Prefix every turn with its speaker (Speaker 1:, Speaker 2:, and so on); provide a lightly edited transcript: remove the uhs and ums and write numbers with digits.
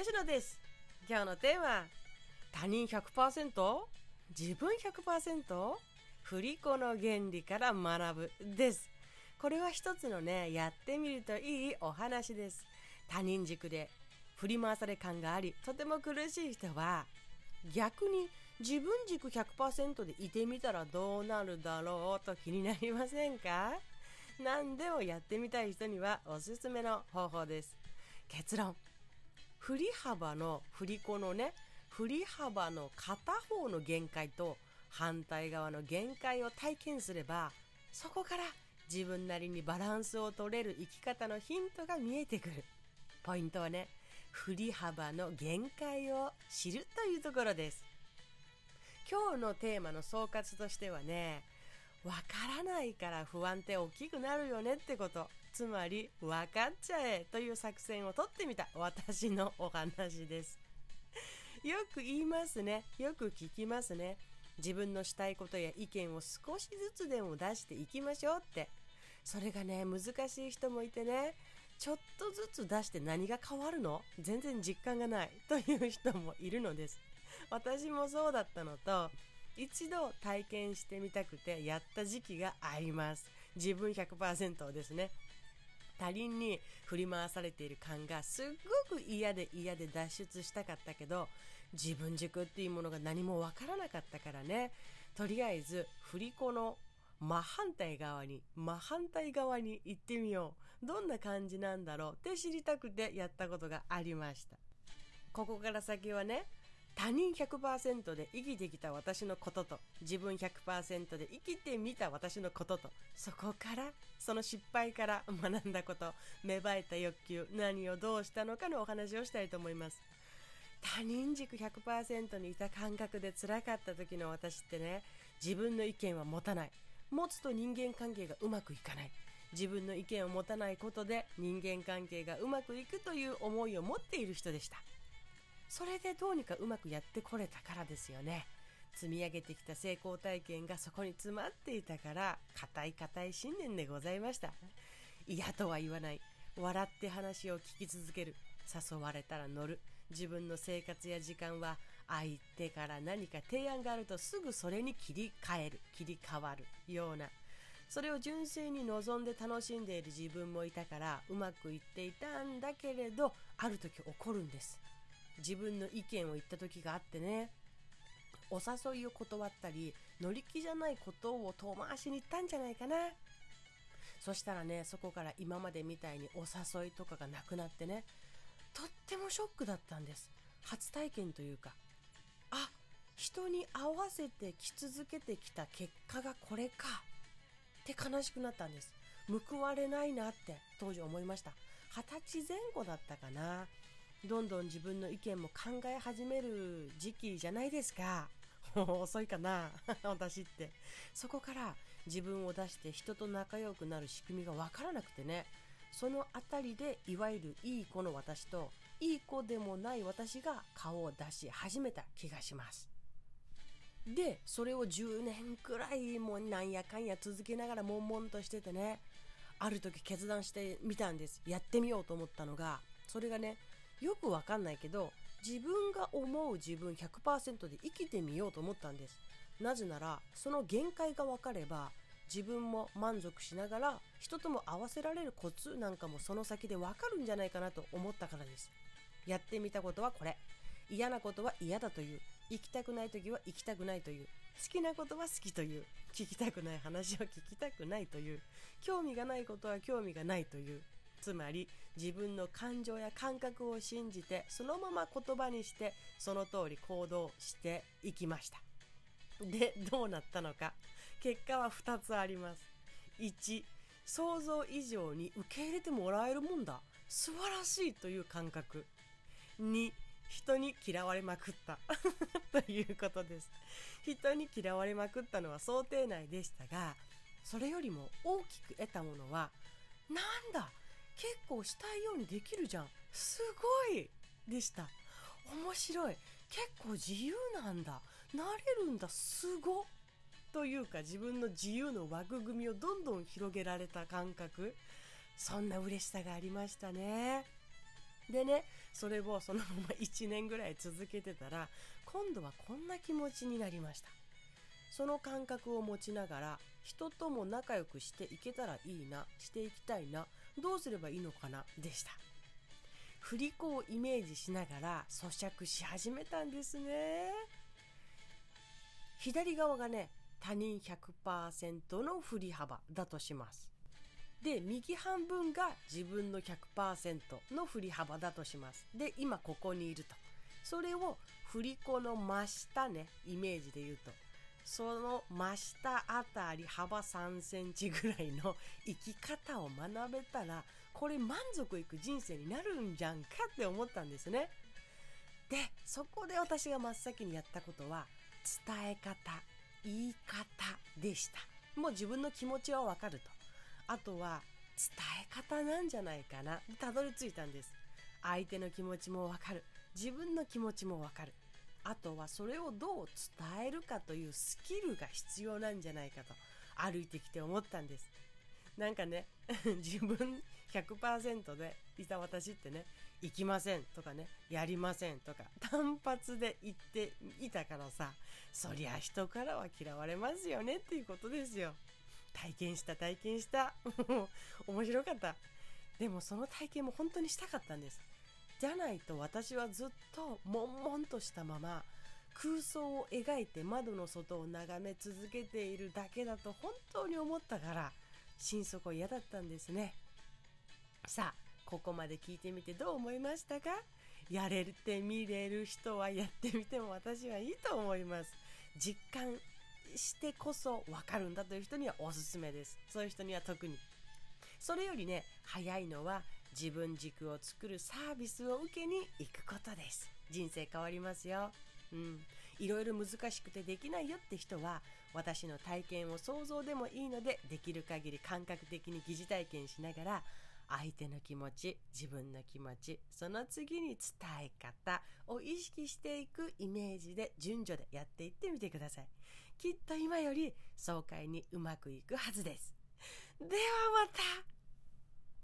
Speaker 1: 星野です。今日のテーマ、他人 100%？ 自分 100%？ 振り子の原理から学ぶです。これは一つのね、やってみるといいお話です。他人軸で振り回され感があり、とても苦しい人は逆に自分軸 100% でいてみたらどうなるだろうと気になりませんか？何でもやってみたい人にはおすすめの方法です。結論、振り幅の振り子のね、振り幅の片方の限界と反対側の限界を体験すれば、そこから自分なりにバランスを取れる生き方のヒントが見えてくる。ポイントはね、振り幅の限界を知るというところです。今日のテーマの総括としてはね、わからないから不安って大きくなるよねってこと、つまり分かっちゃえという作戦を取ってみた私のお話です。よく言いますね、よく聞きますね。自分のしたいことや意見を少しずつでも出していきましょうって。それがね、難しい人もいてね、ちょっとずつ出して何が変わるの？全然実感がないという人もいるのです。私もそうだったのと、一度体験してみたくてやった時期があります。自分 100% ですね。他人に振り回されている感がすっごく嫌で脱出したかったけど、自分軸っていうものが何もわからなかったからね、とりあえず振り子の真反対側に行ってみよう。どんな感じなんだろうって知りたくてやったことがありました。ここから先はね、他人 100% で生きてきた私のことと、自分 100% で生きてみた私のことと、そこからその失敗から学んだこと、芽生えた欲求、何をどうしたのかのお話をしたいと思います。他人軸 100% にいた感覚で辛かった時の私ってね、自分の意見は持たない、持つと人間関係がうまくいかない、自分の意見を持たないことで人間関係がうまくいくという思いを持っている人でした。それでどうにかうまくやってこれたからですよね。積み上げてきた成功体験がそこに詰まっていたから、固い信念でございました。嫌とは言わない、笑って話を聞き続ける、誘われたら乗る、自分の生活や時間は相手から何か提案があるとすぐそれに切り替わるような、それを純粋に望んで楽しんでいる自分もいたからうまくいっていたんだけれど、ある時起こるんです。自分の意見を言った時があってね、お誘いを断ったり乗り気じゃないことを遠回しに言ったんじゃないかな。そしたらね、そこから今までみたいにお誘いとかがなくなってね、とってもショックだったんです。初体験というか、人に合わせてき続けてきた結果がこれかって悲しくなったんです。報われないなって当時思いました。20歳前後だったかな。どんどん自分の意見も考え始める時期じゃないですか。遅いかな私って。そこから自分を出して人と仲良くなる仕組みがわからなくてね、そのあたりでいわゆるいい子の私といい子でもない私が顔を出し始めた気がします。で、それを10年くらいもうなんやかんや続けながら悶々としててね、ある時決断してみたんです。やってみようと思ったのが、それがね、よくわかんないけど、自分が思う自分 100% で生きてみようと思ったんです。なぜなら、その限界がわかれば、自分も満足しながら、人とも合わせられるコツなんかもその先でわかるんじゃないかなと思ったからです。やってみたことはこれ。嫌なことは嫌だという。行きたくない時は行きたくないという。好きなことは好きという。聞きたくない話は聞きたくないという。興味がないことは興味がないという。つまり自分の感情や感覚を信じてそのまま言葉にしてその通り行動していきました。で、どうなったのか。結果は2つあります。1、想像以上に受け入れてもらえるもんだ、素晴らしいという感覚。2、人に嫌われまくったということです。人に嫌われまくったのは想定内でしたが、それよりも大きく得たものは、なんだ、結構したいようにできるじゃん、すごいでした。面白い、結構自由なんだ、なれるんだ、すごというか、自分の自由の枠組みをどんどん広げられた感覚、そんな嬉しさがありましたね。でね、 それをそのまま1年ぐらい続けてたら、今度はこんな気持ちになりました。その感覚を持ちながら、人とも仲良くしていけたらいいな、していきたいな、どうすればいいのかなでした。振り子をイメージしながら咀嚼し始めたんですね。左側がね、他人 100% の振り幅だとします。で、右半分が自分の 100% の振り幅だとします。で、今ここにいると。それを振り子の真下ね、イメージで言うと、その真下あたり幅3センチぐらいの生き方を学べたら、これ満足いく人生になるんじゃんかって思ったんですね。で、そこで私が真っ先にやったことは、伝え方、言い方でした。もう自分の気持ちはわかると。あとは伝え方なんじゃないかな。たどり着いたんです。相手の気持ちもわかる。自分の気持ちもわかる。あとはそれをどう伝えるかというスキルが必要なんじゃないかと歩いてきて思ったんです。なんかね、自分 100% でいた私ってね、行きませんとかね、やりませんとか単発で言っていたからさ、そりゃ人からは嫌われますよねっていうことですよ。体験した面白かった。でもその体験も本当にしたかったんです。じゃないと私はずっと悶々としたまま空想を描いて窓の外を眺め続けているだけだと本当に思ったから、心底嫌だったんですね。さあ、ここまで聞いてみてどう思いましたか？やれてみれる人はやってみても私はいいと思います。実感してこそ分かるんだという人にはおすすめです。そういう人には特に。それよりね、早いのは自分軸を作るサービスを受けに行くことです。人生変わりますよ。いろいろ難しくてできないよって人は、私の体験を想像でもいいので、できる限り感覚的に疑似体験しながら、相手の気持ち、自分の気持ち、その次に伝え方を意識していくイメージで順序でやっていってみてください。きっと今より爽快にうまくいくはずです。ではまた。